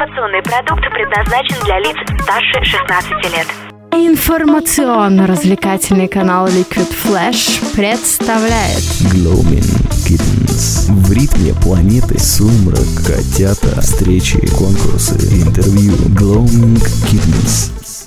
Информационный продукт предназначен для лиц старше 16 лет. Информационно-развлекательный канал Liquid Flash представляет Gloaming Kittens. В ритме планеты сумрак, котята, встречи, конкурсы, интервью. Gloaming Kittens.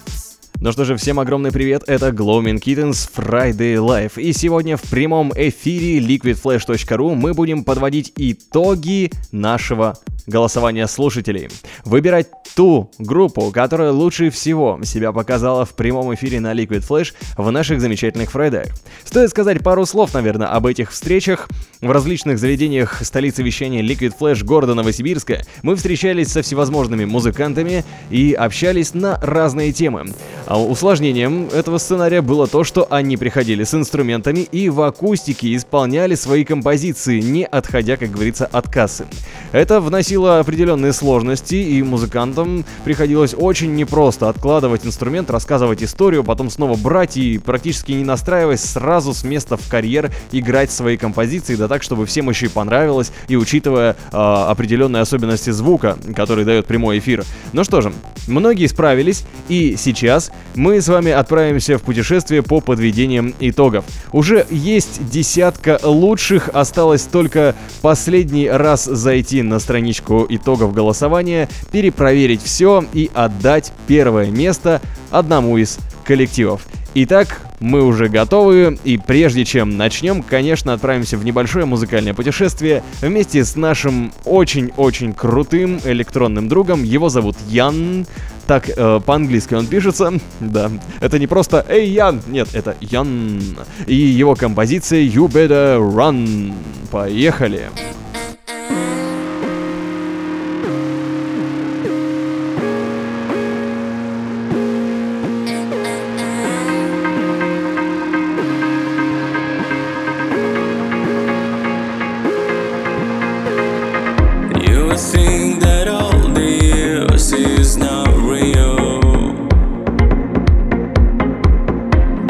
Ну что же, всем огромный привет, это Gloaming Kittens Friday Live. И сегодня в прямом эфире liquidflash.ru мы будем подводить итоги нашего голосования слушателей. Выбирать ту группу, которая лучше всего себя показала в прямом эфире на Liquid Flash в наших замечательных Фрайдах. Стоит сказать пару слов, наверное, об этих встречах. В различных заведениях столицы вещания Liquid Flash города Новосибирска мы встречались со всевозможными музыкантами и общались на разные темы. А усложнением этого сценария было то, что они приходили с инструментами и в акустике исполняли свои композиции, не отходя, как говорится, от кассы. Это вносило определенные сложности, и музыкантам приходилось очень непросто откладывать инструмент, рассказывать историю, потом снова брать и, практически не настраиваясь, сразу с места в карьер играть свои композиции, да так, чтобы всем еще и понравилось, и учитывая определенные особенности звука, который дает прямой эфир. Ну что же, многие справились, и сейчас мы с вами отправимся в путешествие по подведениям итогов. Уже есть десятка лучших, осталось только последний раз зайти на страничку итогов голосования, перепроверить все и отдать первое место одному из коллективов. Итак, мы уже готовы, и прежде чем начнем, конечно, отправимся в небольшое музыкальное путешествие вместе с нашим очень-очень крутым электронным другом. Его зовут Ян. Так, по-английски он пишется. Да, это не просто «Эй, Ян!» Нет, это Ян. И его композиция «You Better Run». Поехали!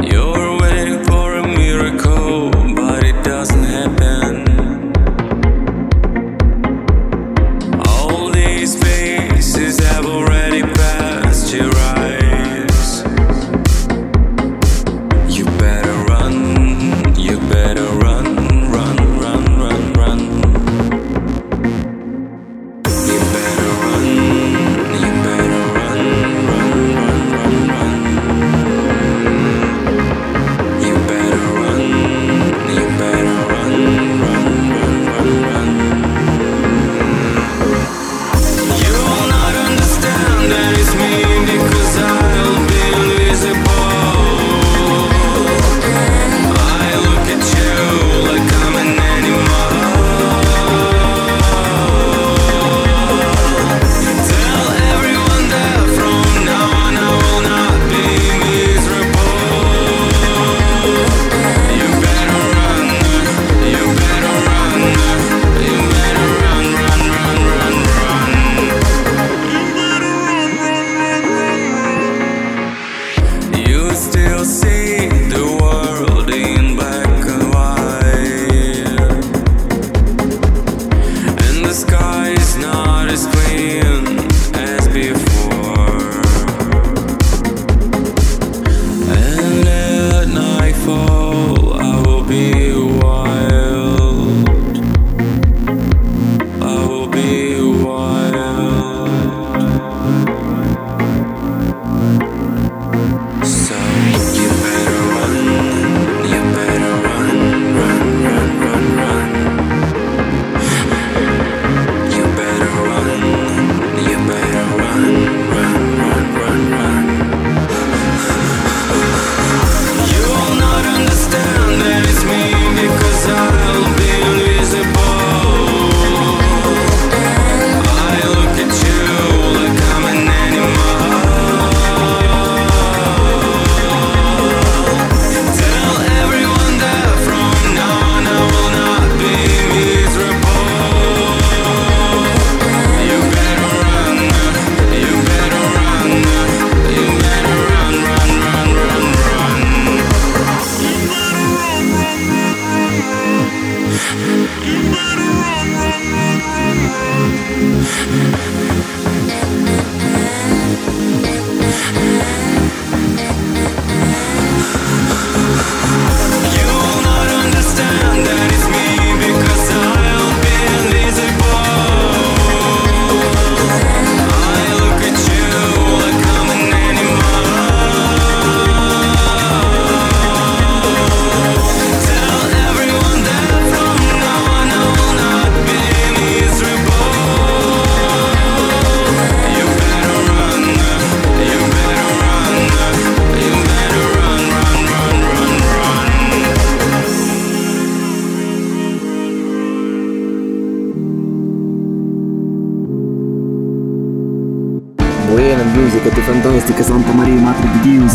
You're waiting for a miracle, but it doesn't happen. охуенно, музыка, это фантастика, Санта Мария, Матрик Дьюс.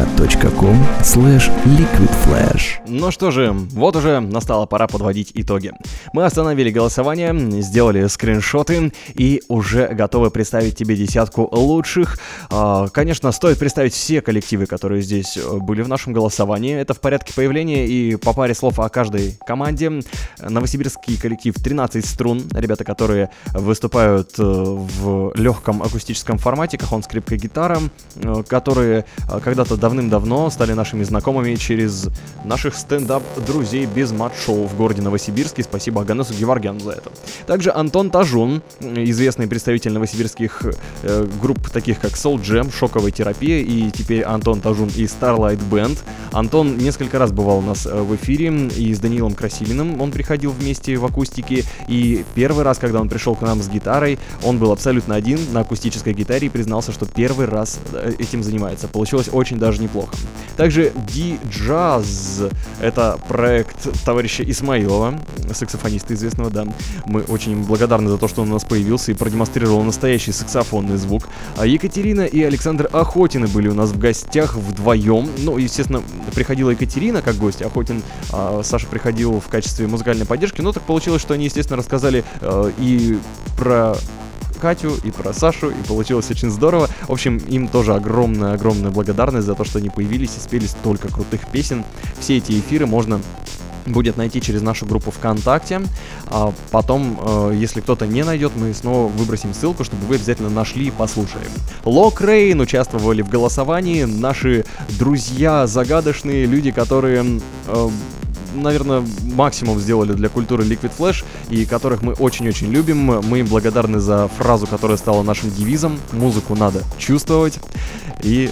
vk.com/liquidflash. Ну что же, вот уже настала пора подводить итоги. Мы остановили голосование, сделали скриншоты и уже готовы представить тебе десятку лучших. Конечно, стоит представить все коллективы, которые здесь были в нашем голосовании. Это в порядке появления и по паре слов о каждой команде. Новосибирский коллектив 13 струн, ребята, которые выступают в легком акустическом формате, кахон, скрипка, гитара, которые когда-то давным-давно стали нашими знакомыми через наших стендап-друзей без мат-шоу в городе Новосибирске. Спасибо Аганесу Геворгяну за это. Также Антон Тажун, известный представитель новосибирских групп, таких как Soul Jam, Шоковая терапия и теперь Антон Тажун и Starlight Band. Антон несколько раз бывал у нас в эфире, и с Даниилом Красилиным он приходил вместе в акустике, и первый раз, когда он пришел к нам с гитарой, он был абсолютно один на акустической гитаре и признался, что первый раз этим занимается. Получилось очень даже неплохо. Также D-Jazz — это проект товарища Исмаилова, саксофониста известного, да. Мы очень благодарны за то, что он у нас появился и продемонстрировал настоящий саксофонный звук. А Екатерина и Александр Охотины были у нас в гостях вдвоем. Ну, естественно, приходила Екатерина как гость, Охотин, Саша приходил в качестве музыкальной поддержки. Но так получилось, что они, естественно, рассказали и про Катю, и про Сашу, и получилось очень здорово. В общем, им тоже огромная благодарность за то, что они появились и спели столько крутых песен. Все эти эфиры можно будет найти через нашу группу ВКонтакте. А потом, если кто-то не найдет, мы снова выбросим ссылку, чтобы вы обязательно нашли и послушали. Лок Рейн участвовали в голосовании. Наши друзья загадочные, люди, которые наверное, максимум сделали для культуры Liquid Flash, и которых мы очень-очень любим. Мы им благодарны за фразу, которая стала нашим девизом: музыку надо чувствовать. И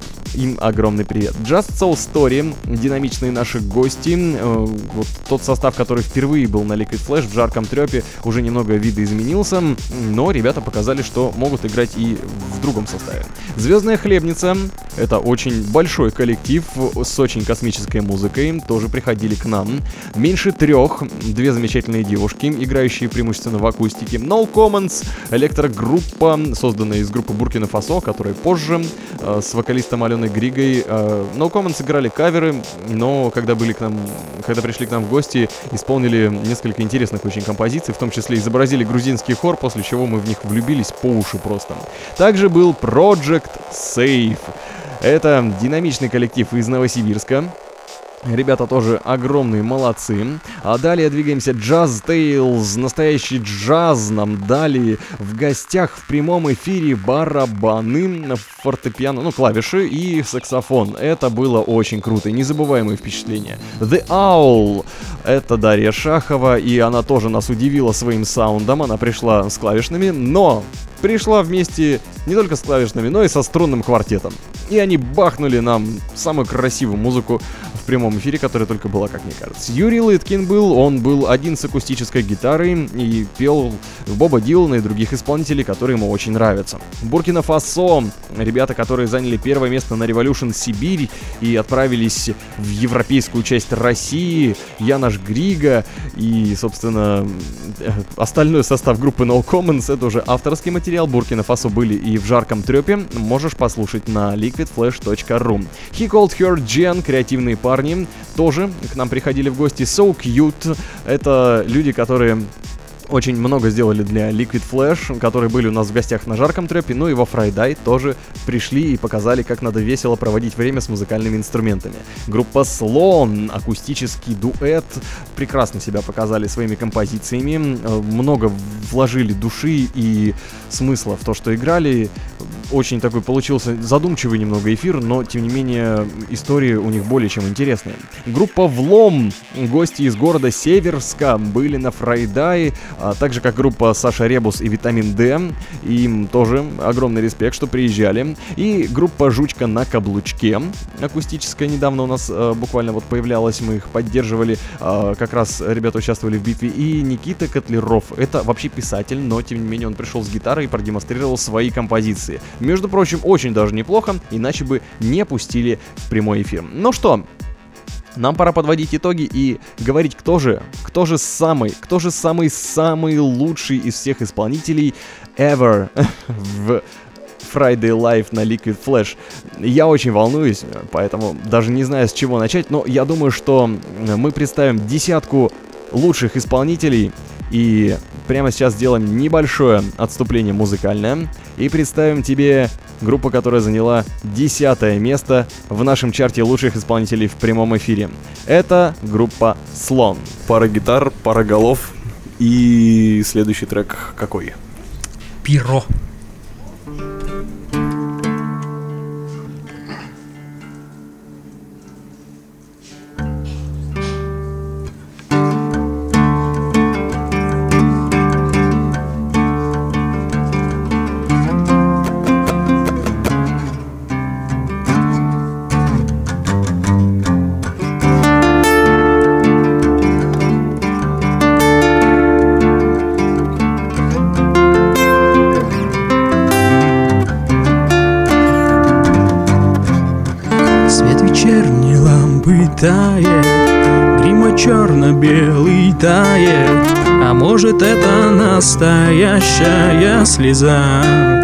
им огромный привет. Just Soul Story, динамичные наши гости. Вот тот состав, который впервые был на Liquid Flash в жарком трёпе, уже немного видоизменился, но ребята показали, что могут играть и в другом составе. Звездная хлебница — это очень большой коллектив с очень космической музыкой, тоже приходили к нам. Меньше трех, две замечательные девушки, играющие преимущественно в акустике. No Comments, электрогруппа, созданная из группы Буркина Фасо, которая позже с вокалистом Аленой Григой. No Comments играли каверы, но когда пришли к нам в гости, исполнили несколько интересных очень композиций, в том числе изобразили грузинский хор, после чего мы в них влюбились по уши просто. Также был Project Safe. Это динамичный коллектив из Новосибирска. Ребята тоже огромные молодцы. А далее двигаемся. Jazz Tales. Настоящий джаз нам дали в гостях в прямом эфире. Барабаны, фортепиано, клавиши и саксофон. Это было очень круто. Незабываемые впечатления. The Owl. Это Дарья Шахова, и она тоже нас удивила своим саундом. Она пришла с клавишными, но пришла вместе не только с клавишными, но и со струнным квартетом. И они бахнули нам самую красивую музыку в прямом эфире, которая только была, как мне кажется. Юрий Лыткин он был один с акустической гитарой и пел Боба Дилана и других исполнителей, которые ему очень нравятся. Буркина Фасо, ребята, которые заняли первое место на Revolution Сибирь и отправились в европейскую часть России. Янош Грига и, собственно, остальной состав группы No Comments — это уже авторский материал. Буркина Фасо были и в жарком трёпе. Можешь послушать на liquidflash.ru. He Called Her Jen, креативные парни, тоже к нам приходили в гости. So Cute — это люди, которые очень много сделали для Liquid Flash, которые были у нас в гостях на жарком трёпе, ну и во Friday тоже пришли и показали, как надо весело проводить время с музыкальными инструментами. Группа Слон, акустический дуэт, прекрасно себя показали своими композициями, много вложили души и смысла в то, что играли. Очень такой получился задумчивый немного эфир, но тем не менее истории у них более чем интересные. Группа Влом, гости из города Северска, были на Friday, так же как группа Саша Ребус и Витамин Д. Им тоже огромный респект, что приезжали. И группа Жучка на каблучке, акустическая, недавно у нас буквально появлялась, мы их поддерживали, как раз ребята участвовали в битве. И Никита Котляров, это вообще писатель, но тем не менее он пришел с гитарой и продемонстрировал свои композиции. Между прочим, очень даже неплохо, иначе бы не пустили в прямой эфир. Ну что, нам пора подводить итоги и говорить, кто же самый лучший из всех исполнителей ever в Friday Live на Liquid Flash. Я очень волнуюсь, поэтому даже не знаю, с чего начать, но я думаю, что мы представим десятку лучших исполнителей, и прямо сейчас сделаем небольшое отступление музыкальное и представим тебе группу, которая заняла 10 место в нашем чарте лучших исполнителей в прямом эфире. Это группа Слон. Пара гитар, пара голов. И следующий трек какой? Пиро. Грима черно-белый тает, а может это настоящая слеза.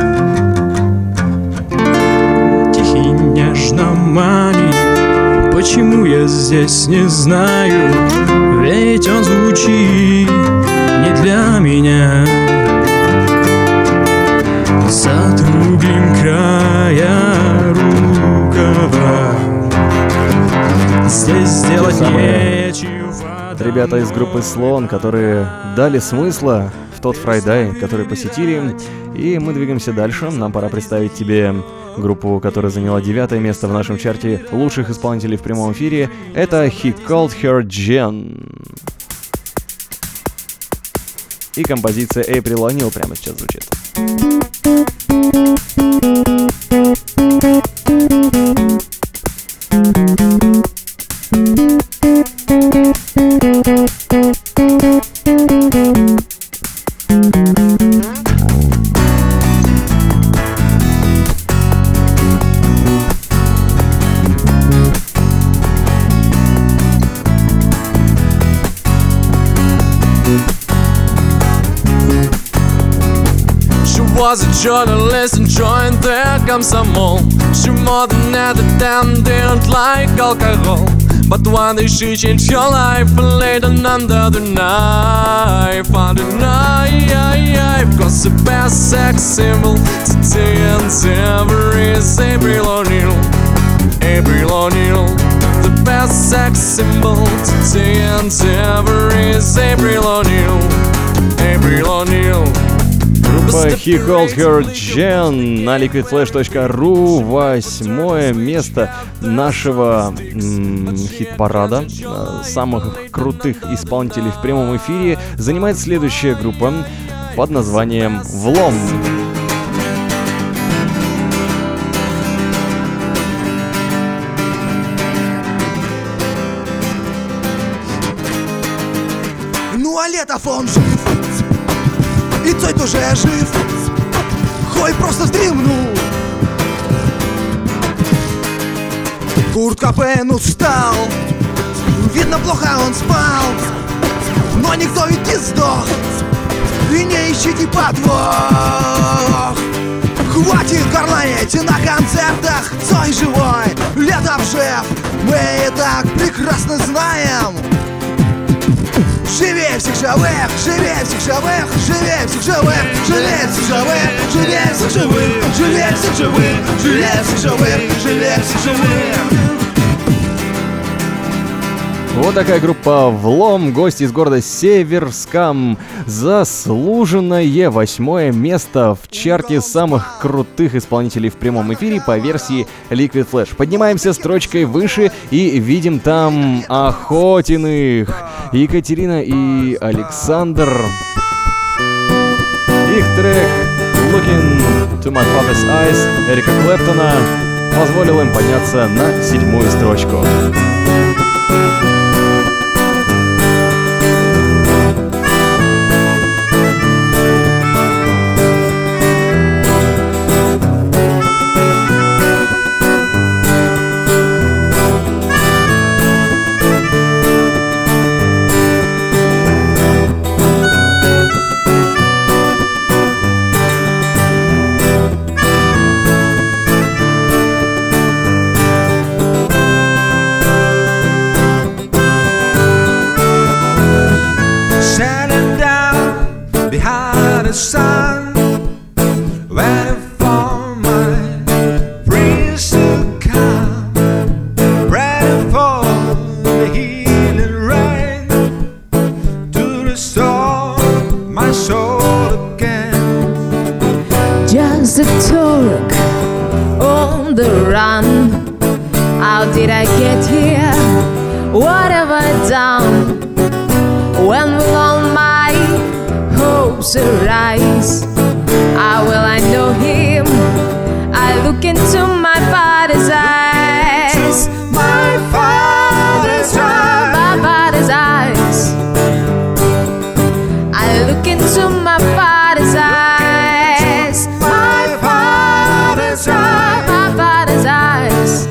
Тихий нежно манит, почему я здесь не знаю, ведь он звучит не для меня. Затрубим края рукава, здесь сделать нечего. Ребята из группы Слон, которые дали смысла в тот Friday, который посетили. И мы двигаемся дальше. Нам пора представить тебе группу, которая заняла 9 место в нашем чарте лучших исполнителей в прямом эфире. Это He Called Her Jen. И композиция April O'Neil прямо сейчас звучит. Was a journalist and joined the комсомол. She more than ever damn didn't like alcohol. But one day she changed her life and laid on under the knife. Under the knife. Cause the best sex symbol today and ever is April O'Neil. April O'Neil. The best sex symbol today and ever is April O'Neil. April O'Neil. Группа He Called Her Jen на liquidflash.ru. 8 место нашего хит-парада самых крутых исполнителей в прямом эфире занимает следующая группа под названием Влом. Ну а Летов он жив, и Цой тоже жив, Хой просто вздремнул. Курт Кобейн устал, видно плохо он спал, но никто ведь не сдох, и не ищите подвох. Хватит горланить на концертах, Цой живой, Летов жив, мы и так прекрасно знаем. Живее всех живых, живее всех живых, живее всех живых, живее всех живых, живее всех живых, живее всех живых, живее всех живых, живее всех живых. Вот такая группа Влом, гости из города Северском. Заслуженное 8 место в чарте самых крутых исполнителей в прямом эфире по версии Liquid Flash. Поднимаемся строчкой выше и видим там Охотиных, Екатерина и Александр. Их трек Looking to My Father's Eyes Эрика Клэптона позволил им подняться на 7-ю строчку. Just a talk on the run. How did I get here? What have I done? When will all my hopes arise? How will I know him? I look into my father's eyes. My father's eyes. My father's eyes. I look into my father's eyes. My father's eyes. My father's eyes.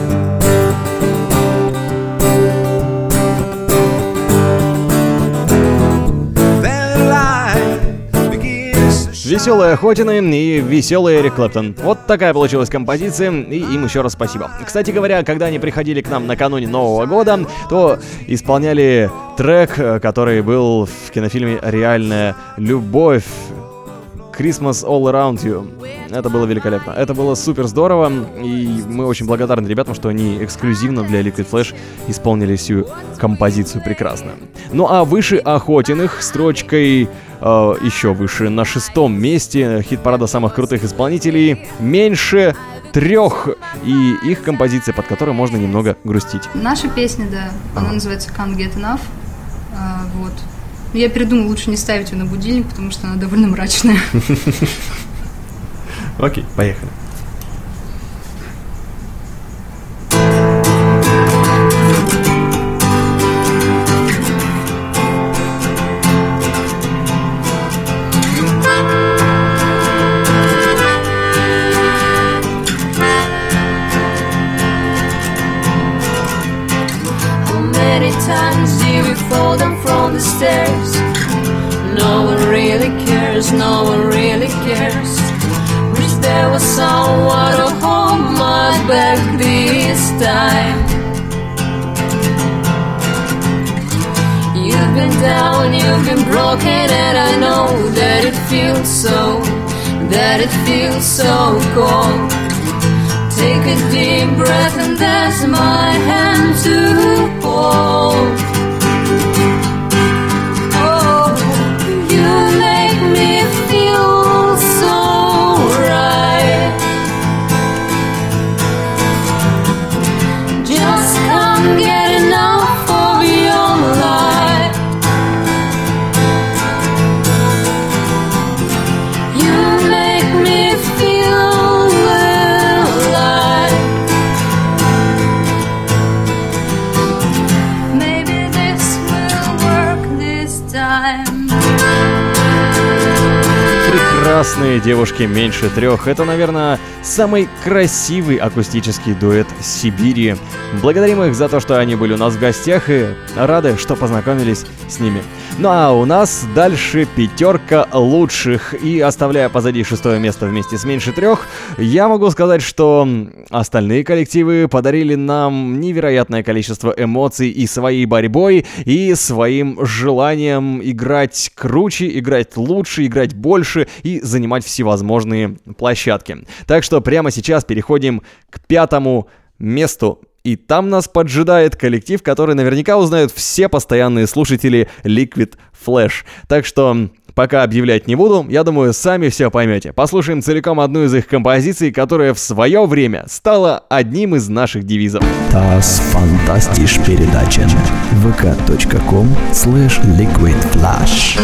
Веселые Охотины и веселый Эрик Клэптон. Вот такая получилась композиция, и им еще раз спасибо. Кстати говоря, когда они приходили к нам накануне Нового года, то исполняли трек, который был в кинофильме «Реальная любовь». Christmas All Around You. Это было великолепно. Это было супер здорово, и мы очень благодарны ребятам, что они эксклюзивно для Liquid Flash исполнили всю композицию прекрасно. Ну а выше Охотиных строчкой еще выше на 6-м месте хит-парада самых крутых исполнителей «Меньше трех» и их композиция, под которой можно немного грустить. Наша песня, да, она называется Can't Get Enough. Вот. Я передумал, лучше не ставить ее на будильник, потому что она довольно мрачная. Окей, поехали. Stairs. No one really cares, no one really cares. Wish there was someone to hold my back this time. You've been down, you've been broken, and I know that it feels so cold. Take a deep breath and there's my hand to hold. Прекрасные девушки «Меньше трех». Это, наверное, самый красивый акустический дуэт Сибири. Благодарим их за то, что они были у нас в гостях, и рады, что познакомились с ними. Ну а у нас дальше 5 лучших. И оставляя позади 6-е место вместе с «Меньше трех», я могу сказать, что остальные коллективы подарили нам невероятное количество эмоций и своей борьбой, и своим желанием играть круче, играть лучше, играть больше и занимать всевозможные площадки. Так что прямо сейчас переходим к 5-му месту. И там нас поджидает коллектив, который наверняка узнают все постоянные слушатели Liquid Flash. Так что пока объявлять не буду, я думаю, сами все поймете. Послушаем целиком одну из их композиций, которая в свое время стала одним из наших девизов. Das Fantastisch передача vk.com/liquidflash.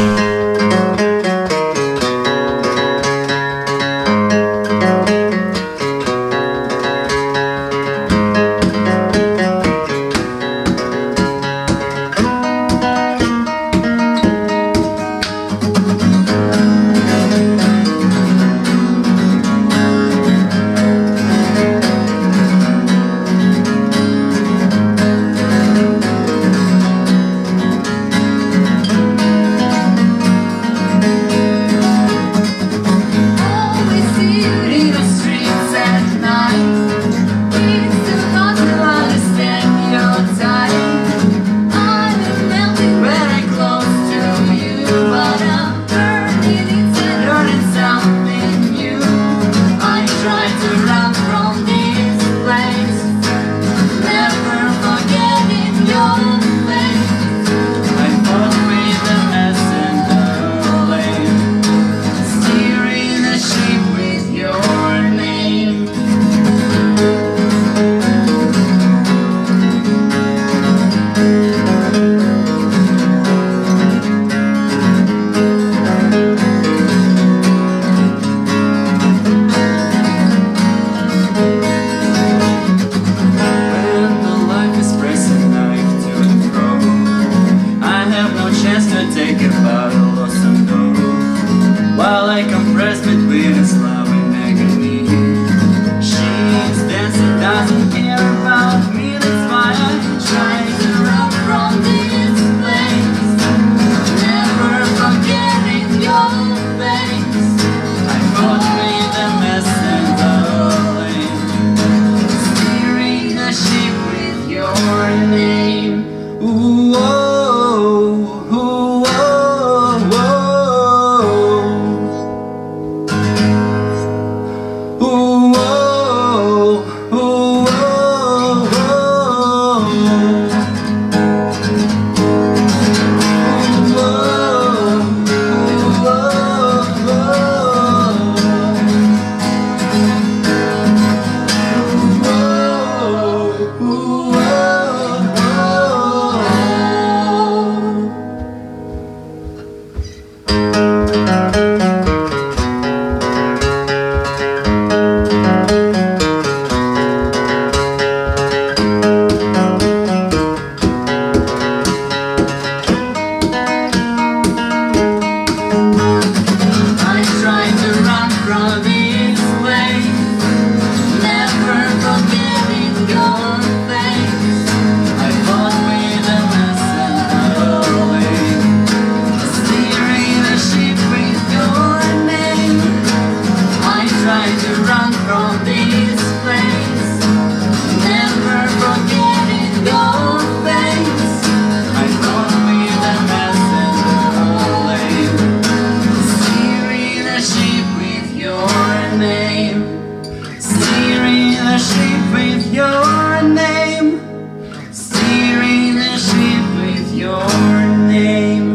try to run from these flames, never forgetting your face. I thought we the mess and the lame, steering a ship with your name, steering a ship with your name, steering a ship with your name.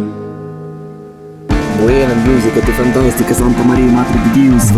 Buena music, это фантастика, Санта Мария Матрик Дьюс.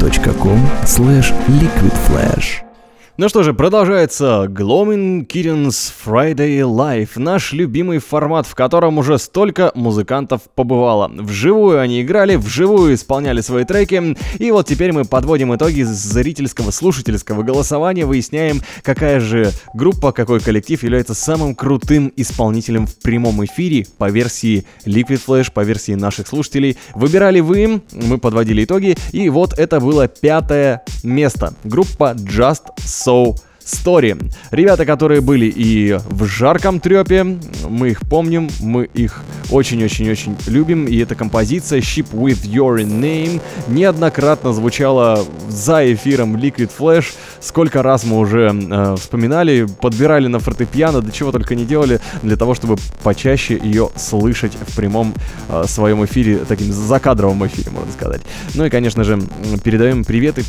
vk.com/liquidflash. Ну что же, продолжается Glowing Kittens Friday Live, наш любимый формат, в котором уже столько музыкантов побывало. Вживую они играли, вживую исполняли свои треки, и вот теперь мы подводим итоги зрительского, слушательского голосования, выясняем, какая же группа, какой коллектив является самым крутым исполнителем в прямом эфире по версии Liquid Flash, по версии наших слушателей. Выбирали вы, мы подводили итоги, и вот это было 5-е место. Группа Just So Story. Ребята, которые были и в жарком трёпе, мы их помним, мы их очень-очень-очень любим, и эта композиция Ship With Your Name неоднократно звучала за эфиром Liquid Flash. Сколько раз мы уже вспоминали, подбирали на фортепиано, до чего только не делали, для того, чтобы почаще ее слышать в прямом своем эфире, таким закадровом эфире, можно сказать. Ну и, конечно же, передаем приветы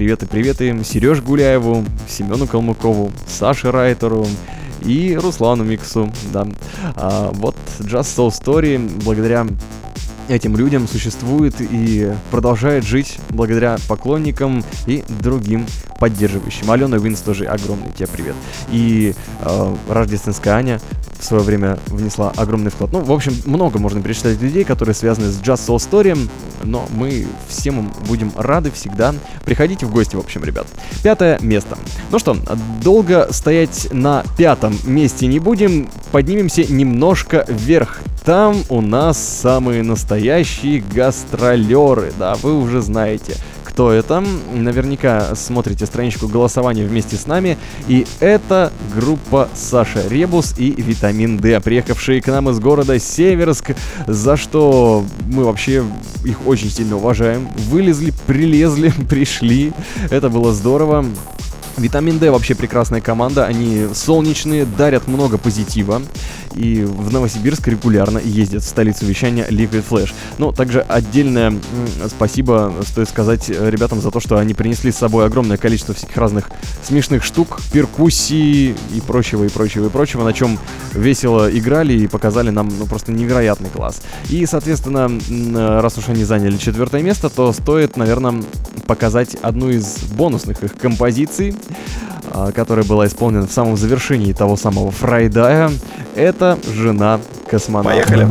Сереже Гуляеву, Семену Калмыкову, Саше Райтеру и Руслану Миксу, да. Вот Just So Story благодаря этим людям существует и продолжает жить благодаря поклонникам и другим поддерживающим. Алена Винс тоже огромный тебе привет. И рождественская Аня в свое время внесла огромный вклад. Ну, в общем, много можно перечислять людей, которые связаны с Just So Story, но мы всем им будем рады всегда. Приходите в гости, в общем, ребят. 5-е место. Ну что, долго стоять на 5-м месте не будем, поднимемся немножко вверх. Там у нас самые настоящие гастролеры, да, вы уже знаете, кто это. Наверняка смотрите страничку голосования вместе с нами. И это группа Саша Ребус и Витамин D, приехавшие к нам из города Северск, за что мы вообще их очень сильно уважаем. Вылезли, прилезли, пришли. Это было здорово. Витамин D вообще прекрасная команда, они солнечные, дарят много позитива, и в Новосибирск регулярно ездят, в столицу вещания Liquid Flash. Но также отдельное спасибо стоит сказать ребятам за то, что они принесли с собой огромное количество всяких разных смешных штук, перкуссии и прочего, на чем весело играли и показали нам просто невероятный класс. И, соответственно, раз уж они заняли 4-е место, то стоит, наверное, показать одну из бонусных их композиций, которая была исполнена в самом завершении того самого Фрайдая. Это «Жена космонавта». Поехали!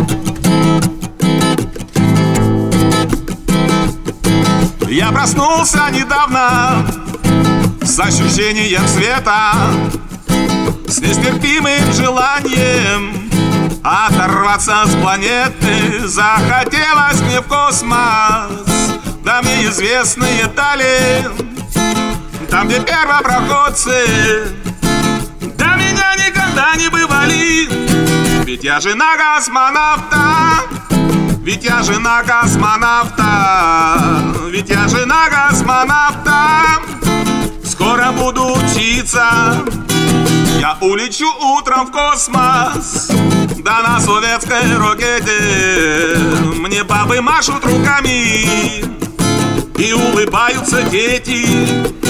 Я проснулся недавно с ощущением света, с нестерпимым желанием оторваться с планеты. Захотелось мне в космос, да мне известные дали, там, где первопроходцы до меня никогда не бывали. Ведь я жена космонавта, ведь я жена космонавта, ведь я жена космонавта. Скоро буду учиться, я улечу утром в космос, да на советской ракете. Мне бабы машут руками и улыбаются дети.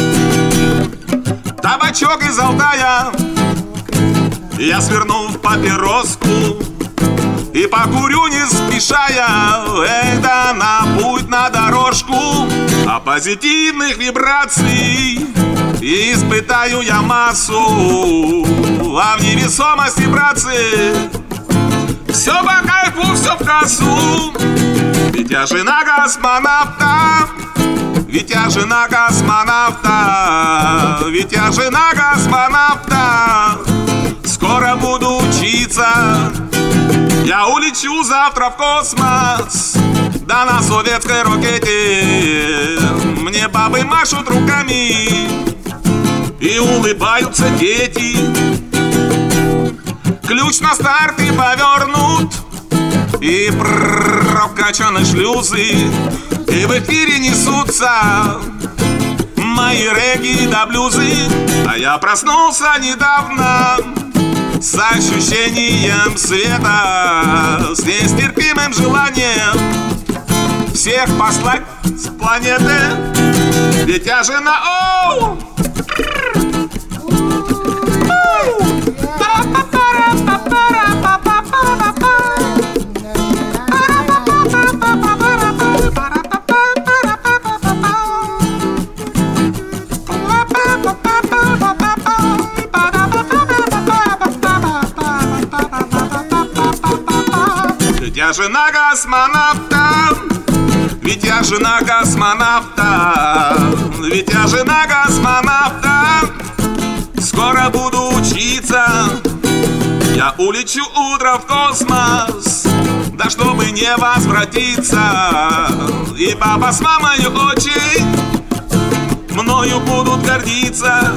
Табачок из Алтая я сверну в папироску и покурю не спешая. Это на путь, на дорожку, а позитивных вибраций и испытаю я массу. А в невесомости, братцы, все по кайфу, все в кассу. Ведь я жена космонавта, ведь я жена космонавта, ведь я жена космонавта. Скоро буду учиться, я улечу завтра в космос, да на советской ракете. Мне бабы машут руками и улыбаются дети. Ключ на старте повернут и прокачаны шлюзы, и в эфире несутся мои регги да блюзы. А я проснулся недавно с ощущением света, с нестерпимым желанием всех послать с планеты. Ведь я жена, оу! Ведь я жена космонавта, ведь я жена космонавта, ведь я жена космонавта. Скоро буду учиться, я улечу утром в космос, да чтобы не возвратиться. И папа с мамой очень мною будут гордиться.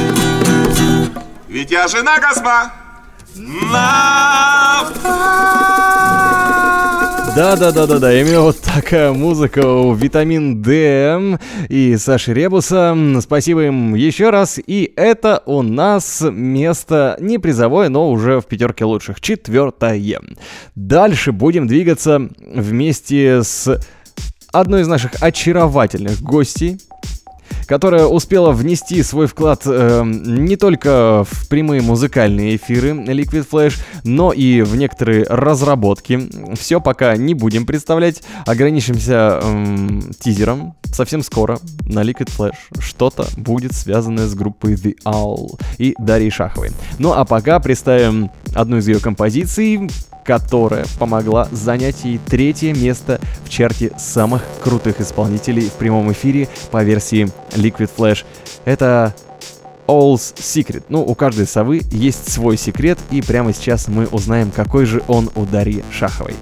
Ведь я жена космонавта. Да, именно вот такая музыка у Витамин Д и Саши Ребуса. Спасибо им еще раз. И это у нас место не призовое, но уже в пятерке лучших. 4-е. Дальше будем двигаться вместе с одной из наших очаровательных гостей, которая успела внести свой вклад не только в прямые музыкальные эфиры Liquid Flash, но и в некоторые разработки. Все пока не будем представлять, ограничимся тизером. Совсем скоро на Liquid Flash что-то будет связанное с группой The Owl и Дарьей Шаховой. Ну а пока представим одну из ее композиций, которая помогла занять ей 3-е место в чарте самых крутых исполнителей в прямом эфире по версии Liquid Flash. Это Owl's Secret. Ну, у каждой совы есть свой секрет, и прямо сейчас мы узнаем, какой же он у Дарьи Шаховой.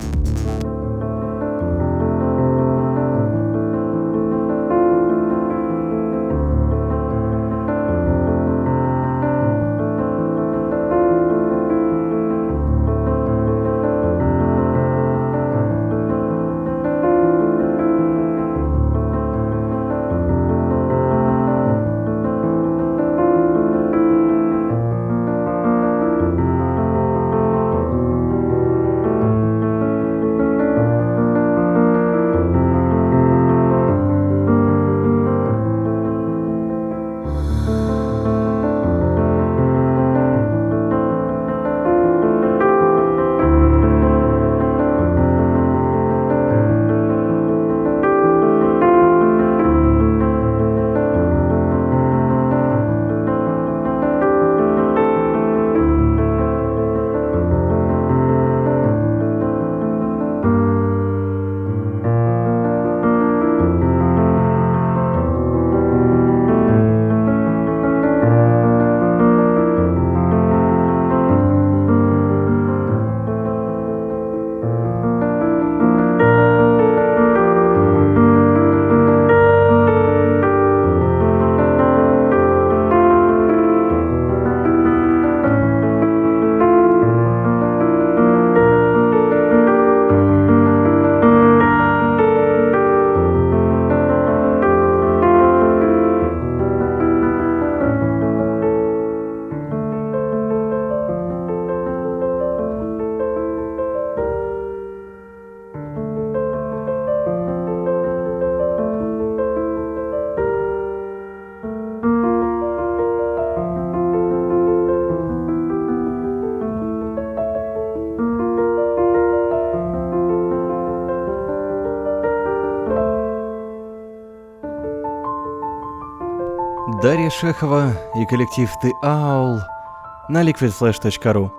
Дарья Шахова и коллектив The Owl на liquidflash.ru.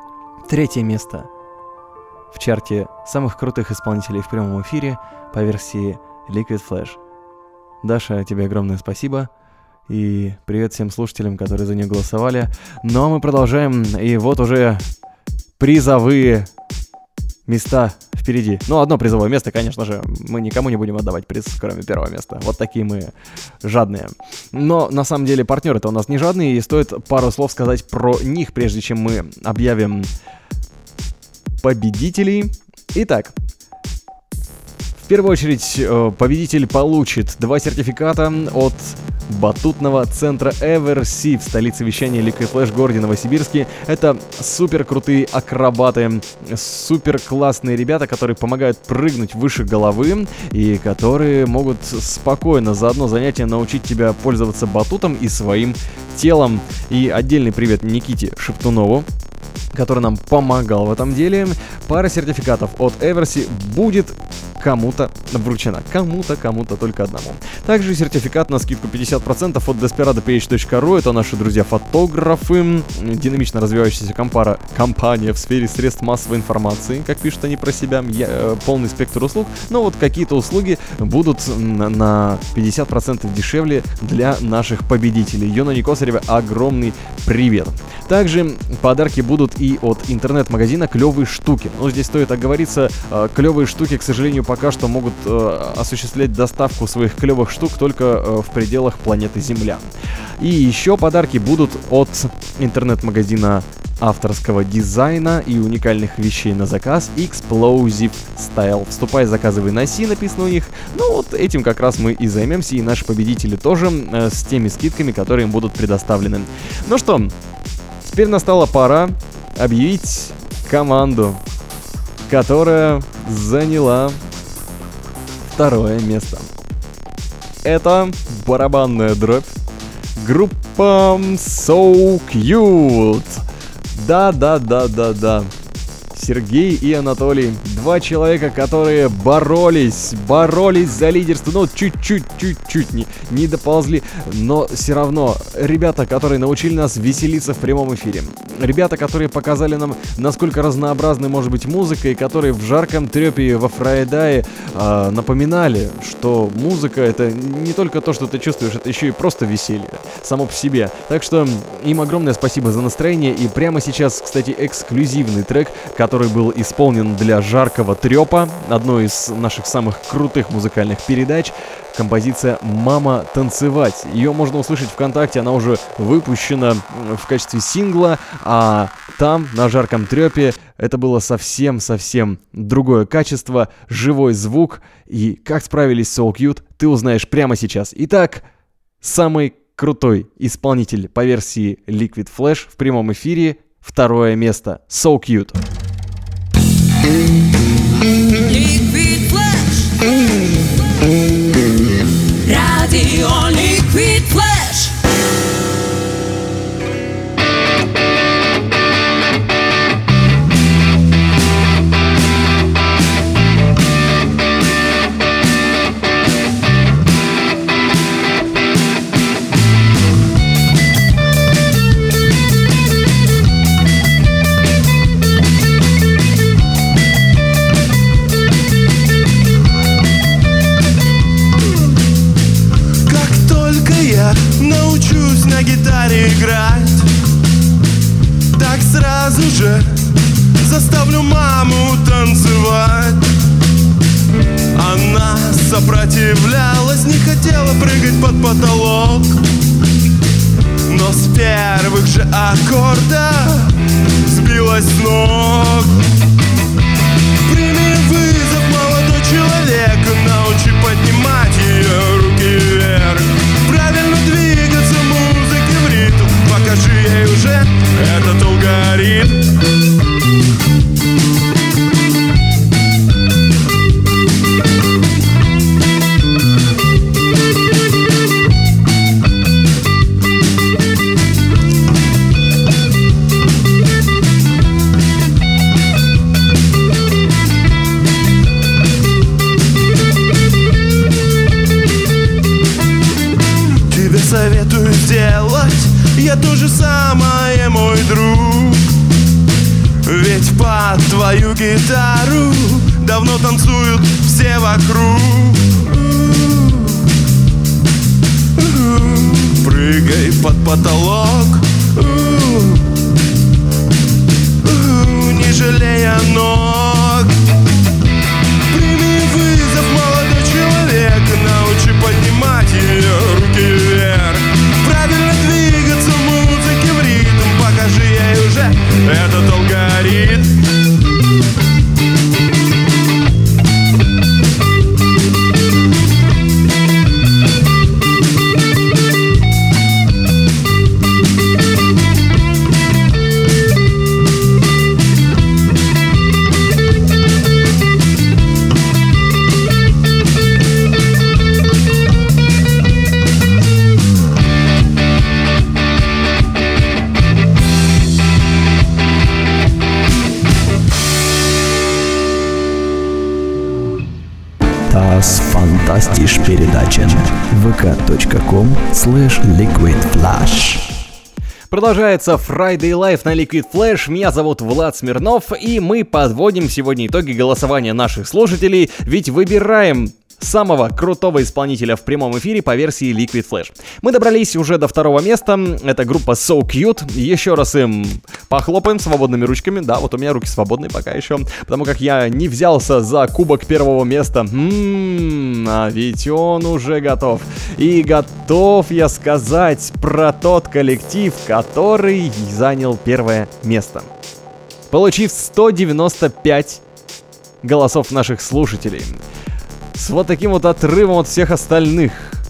3-е место в чарте самых крутых исполнителей в прямом эфире по версии Liquid Flash. Даша, тебе огромное спасибо. И привет всем слушателям, которые за нее голосовали. Ну а мы продолжаем. И вот уже призовые места впереди. Ну, одно призовое место, конечно же. Мы никому не будем отдавать приз, кроме 1-го места. Вот такие мы жадные. Но, на самом деле, партнеры-то у нас не жадные. И стоит пару слов сказать про них, прежде чем мы объявим победителей. Итак, в первую очередь, победитель получит 2 сертификата от батутного центра Eversea в столице вещания Liquid Flash в городе Новосибирске. Это супер крутые акробаты, супер классные ребята, которые помогают прыгнуть выше головы и которые могут спокойно за одно занятие научить тебя пользоваться батутом и своим телом. И отдельный привет Никите Шептунову, который нам помогал в этом деле. Пара сертификатов от Eversea будет кому-то вручена. Кому-то только одному. Также сертификат на скидку 50% от desperadoph.ru. Это наши друзья-фотографы, динамично развивающаяся компания в сфере средств массовой информации, как пишут они про себя, полный спектр услуг. Но вот какие-то услуги будут на 50% дешевле для наших победителей. Юноне Косареве огромный привет. Также подарки будут и от интернет-магазина «Клевые штуки». Но здесь стоит оговориться, «Клевые штуки», к сожалению, пока что могут осуществлять доставку своих клевых штук только в пределах планеты Земля. И еще подарки будут от интернет-магазина авторского дизайна и уникальных вещей на заказ Explosive Style. Вступай, заказывай, носи, написано у них. Ну вот этим как раз мы и займемся, и наши победители тоже, с теми скидками, которые им будут предоставлены. Ну что, теперь настала пора объявить команду, которая заняла второе место. Это барабанная дробь. Группа So Cute. Да. Сергей и Анатолий. Два человека, которые боролись за лидерство. Ну, чуть-чуть не доползли. Но все равно ребята, которые научили нас веселиться в прямом эфире. Ребята, которые показали нам, насколько разнообразной может быть музыка, и которые в жарком трепе во Фрайдае напоминали, что музыка — это не только то, что ты чувствуешь, это еще и просто веселье само по себе. Так что им огромное спасибо за настроение. И прямо сейчас, кстати, эксклюзивный трек, который был исполнен для жаркого трепа, одной из наших самых крутых музыкальных передач. Композиция «Мама, танцевать». Ее можно услышать ВКонтакте, она уже выпущена в качестве сингла, а там, на жарком трепе, это было совсем другое качество, живой звук. И как справились So Cute, ты узнаешь прямо сейчас. Итак, самый крутой исполнитель по версии Liquid Flash в прямом эфире, второе место. So Cute. Liquid Flash. Radio Liquid Flash. Научусь на гитаре играть, так сразу же заставлю маму танцевать. Она сопротивлялась, не хотела прыгать под потолок, но с первых же аккордов сбилась с ног. Прими вызов, молодой человек, научи поднимать ее руки вверх, правильно двигаться музыке в ритм, покажи ей уже этот алгоритм. Советую сделать я то же самое, мой друг. Ведь под твою гитару давно танцуют все вокруг. Прыгай под потолок, не жалея ног. Прими вызов, молодой человек, научи поднимать ее руки вверх, правильно двигаться музыке в ритм, покажи ей уже этот алгоритм. Назначен. vk.com/liquidflash. Продолжается Friday Live на Liquid Flash. Меня зовут Влад Смирнов, и мы подводим сегодня итоги голосования наших слушателей, ведь выбираем самого крутого исполнителя в прямом эфире по версии Liquid Flash. Мы добрались уже до второго места. Это группа So Cute. Еще раз им похлопаем свободными ручками. Да, вот у меня руки свободные пока еще, потому как я не взялся за кубок первого места. А ведь он уже готов. И готов я сказать про тот коллектив, который занял первое место, получив 195 голосов наших слушателей. С вот таким вот отрывом от всех остальных.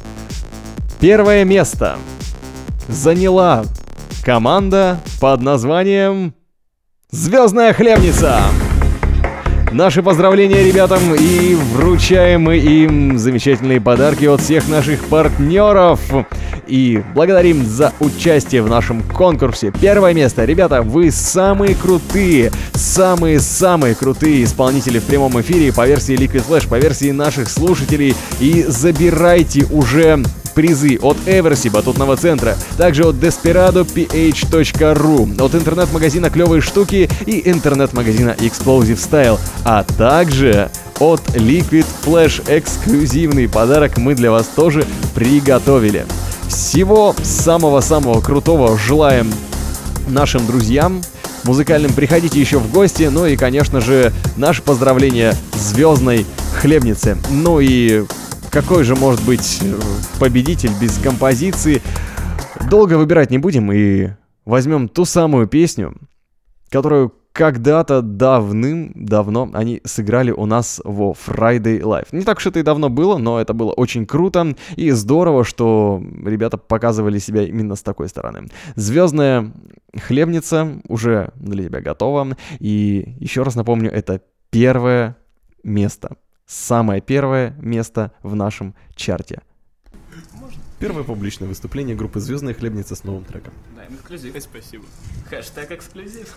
Первое место заняла команда под названием «Звездная хлебница». Наши поздравления ребятам, и вручаем мы им замечательные подарки от всех наших партнеров. И благодарим за участие в нашем конкурсе. Первое место. Ребята, вы самые крутые, самые крутые исполнители в прямом эфире по версии Liquid Flash, по версии наших слушателей. И забирайте уже призы от Эверси, батутного центра, также от DesperadoPH.ru, от интернет-магазина «Клевые штуки» и интернет-магазина Explosive Style, а также от Liquid Flash эксклюзивный подарок мы для вас тоже приготовили. Всего самого-самого крутого желаем нашим друзьям музыкальным. Приходите еще в гости, ну и, конечно же, наше поздравление звездной хлебнице. Ну и какой же может быть победитель без композиции? Долго выбирать не будем и возьмем ту самую песню, которую когда-то давным-давно они сыграли у нас во Friday Live. Не так уж это и давно было, но это было очень круто и здорово, что ребята показывали себя именно с такой стороны. Звездная хлебница уже для тебя готова. И еще раз напомню, это первое место. Самое первое место в нашем чарте. Первое публичное выступление группы «Звездная хлебница» с новым треком. Да, эксклюзив. Спасибо. Хэштег эксклюзив.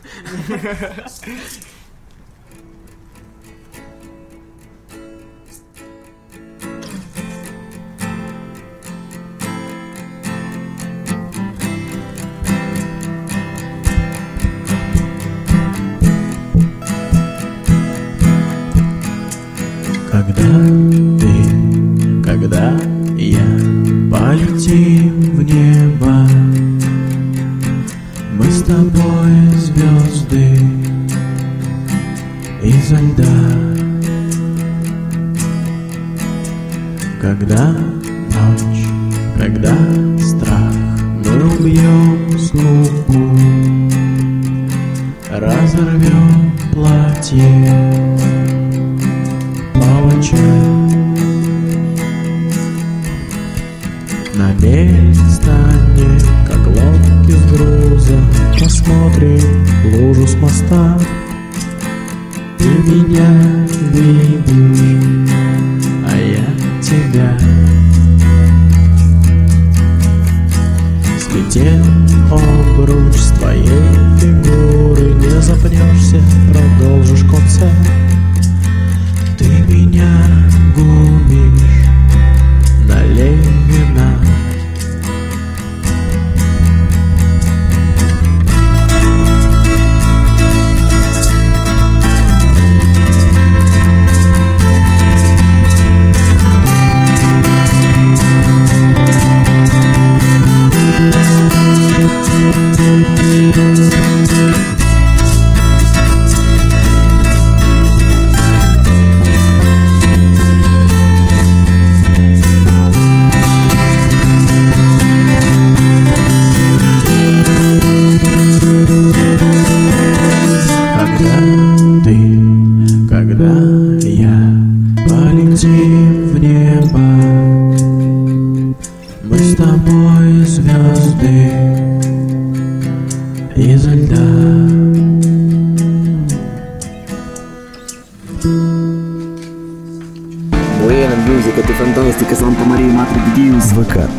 Когда я полетим в небо, мы с тобой звезды изо льда. Когда ночь, когда страх, мы убьем скуку, разорвем платье по ночам. На берег станем, как лодки с груза, посмотрим лужу с моста. Ты меня видишь, а я тебя. Слетел обруч с твоей фигуры, не запнешься, продолжишь концерт. Ты меня губишь, налей вина. фантастика, Санта-Мария, Матри Бьюз.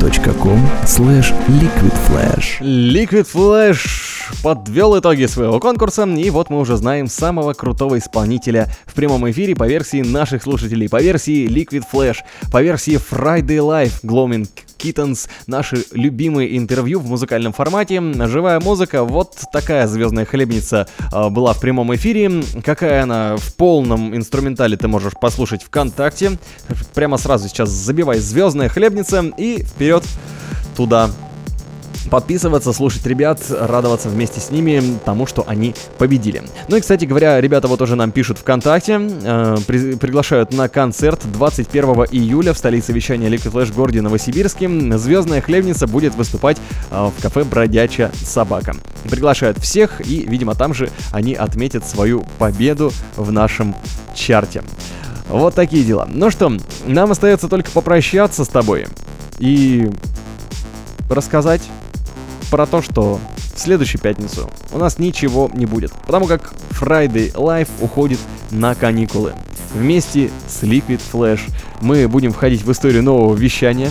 vk.com/liquidflash. Liquid Flash подвел итоги своего конкурса, и вот мы уже знаем самого крутого исполнителя в прямом эфире по версии наших слушателей, по версии Liquid Flash, по версии Friday Live, Glowing Kittens, наши любимые интервью в музыкальном формате, живая музыка, вот такая звездная хлебница была в прямом эфире. Какая она в полном инструментале ты можешь послушать ВКонтакте. Прямо сразу сейчас забивай «Звездная хлебница» и вперед туда. Подписываться, слушать ребят, радоваться вместе с ними тому, что они победили. Ну и, кстати говоря, ребята вот уже нам пишут ВКонтакте, приглашают на концерт 21 июля в столице вещания Liquid Flash в городе Новосибирске. «Звездная хлебница» будет выступать в кафе «Бродячая собака». Приглашают всех, и, видимо, там же они отметят свою победу в нашем чарте. Вот такие дела. Ну что, нам остается только попрощаться с тобой и рассказать про то, что в следующую пятницу у нас ничего не будет, потому как Friday Live уходит на каникулы. Вместе с Liquid Flash мы будем входить в историю нового вещания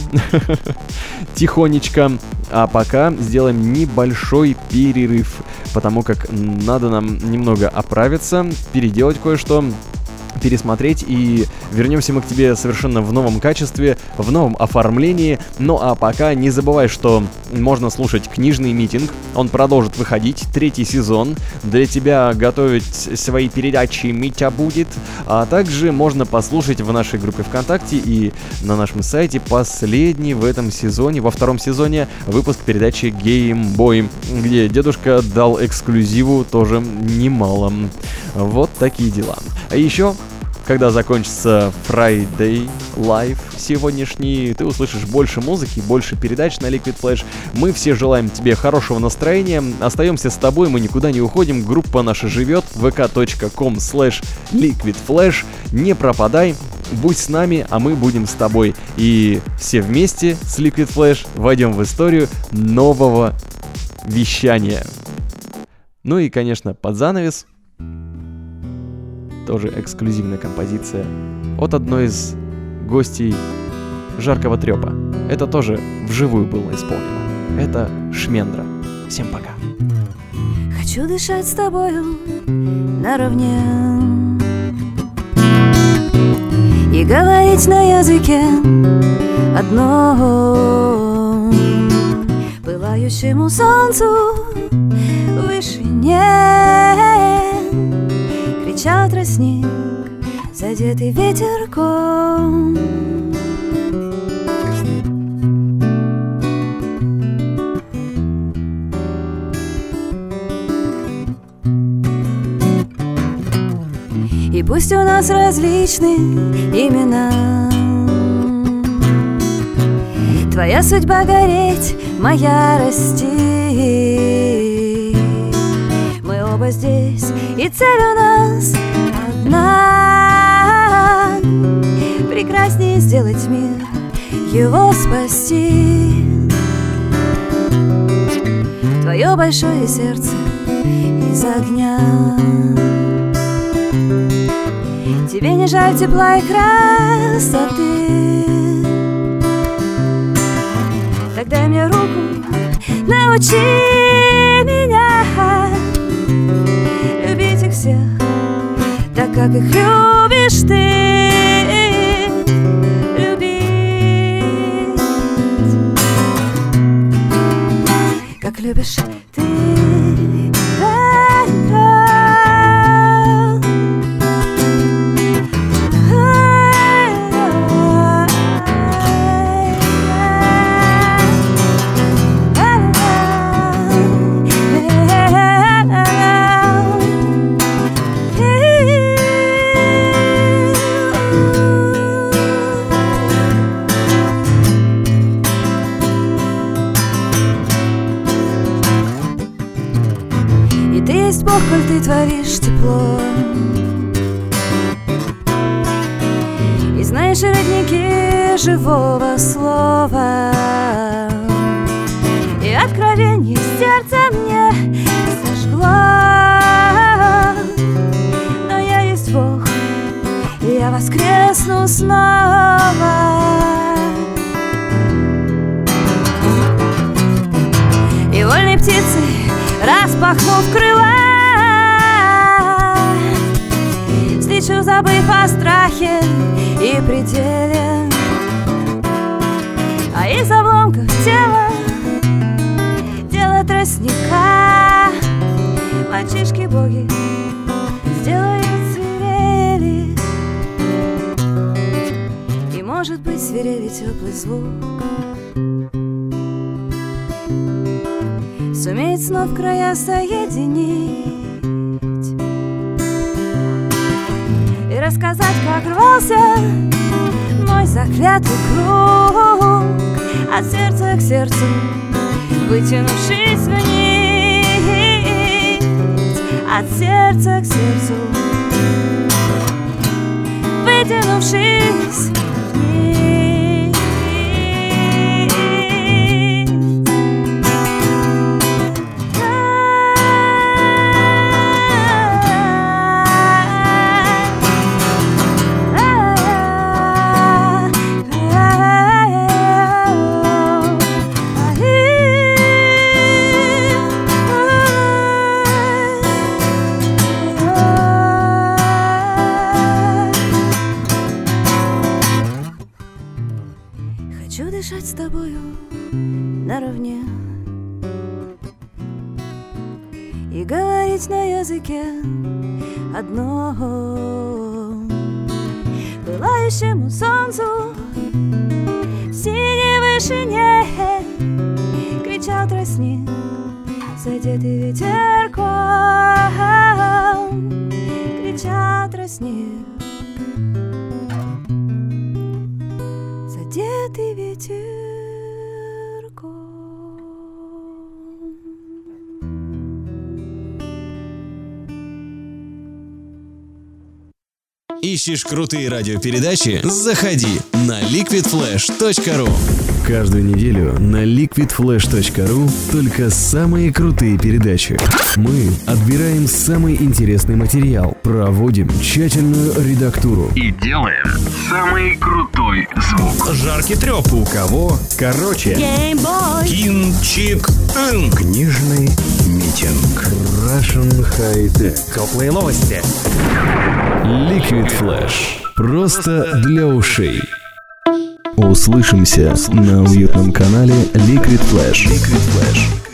тихонечко, а пока сделаем небольшой перерыв, потому как надо нам немного оправиться, переделать кое-что, пересмотреть, и вернемся мы к тебе совершенно в новом качестве, в новом оформлении. Ну а пока не забывай, что можно слушать «Книжный митинг», он продолжит выходить, 3-й сезон, для тебя готовить свои передачи Митя будет, а также можно послушать в нашей группе ВКонтакте и на нашем сайте последний в этом сезоне, во 2-м сезоне, выпуск передачи Game Boy, где дедушка дал эксклюзиву тоже немало. Вот такие дела. А еще, когда закончится Friday Live сегодняшний, ты услышишь больше музыки, больше передач на Liquid Flash. Мы все желаем тебе хорошего настроения. Остаемся с тобой, мы никуда не уходим. Группа наша живет. vk.com/liquidflash. Не пропадай, будь с нами, а мы будем с тобой. И все вместе с Liquid Flash войдем в историю нового вещания. Ну и, конечно, под занавес тоже эксклюзивная композиция от одной из гостей «Жаркого трёпа». Это тоже вживую было исполнено. Это Шмендра. Всем пока. Хочу дышать с тобою наравне и говорить на языке одном, пылающему солнцу в вышине кричат тростник, задетый ветерком. И пусть у нас различные имена, твоя судьба гореть, моя расти. Мы оба здесь, и цель у нас одна: прекраснее сделать мир, его спасти. Твое большое сердце из огня, тебе не жаль тепла и красоты. Так дай мне руку, научи меня любить их всех так, как их любишь ты. Любить, как любишь ты. Бог, коль ты творишь тепло, и знаешь родники живого слова, и откровенье сердце мне сожгло. Но я есть Бог, и я воскресну снова. птицей, распахнув крыла. Взлечу, забыв о страхе и пределе. А из обломков тела дело тростника мальчишки-боги сделают свирели. И, может быть, свирели теплый звук сумеет снов края соединить и рассказать, как рвался мой заклятый круг от сердца к сердцу, вытянувшись вниз, от сердца к сердцу, вытянувшись вниз. Хочу дышать с тобою наравне и говорить на языке одном, пылающему солнцу в синей вышине кричал тростник, задетый ветерком, кричал тростник, задетый ветерком. Ищешь крутые радиопередачи? Заходи на liquidflash.ru. Каждую неделю на liquidflash.ru только самые крутые передачи. Мы отбираем самый интересный материал, проводим тщательную редактуру и делаем самый крутой звук. Жаркий трёп. У кого? Короче. Кинчик. Книжный митинг. Russian High Tech. Теплые новости. Liquid Flash. Просто для ушей. Услышимся на уютном канале Liquid Flash.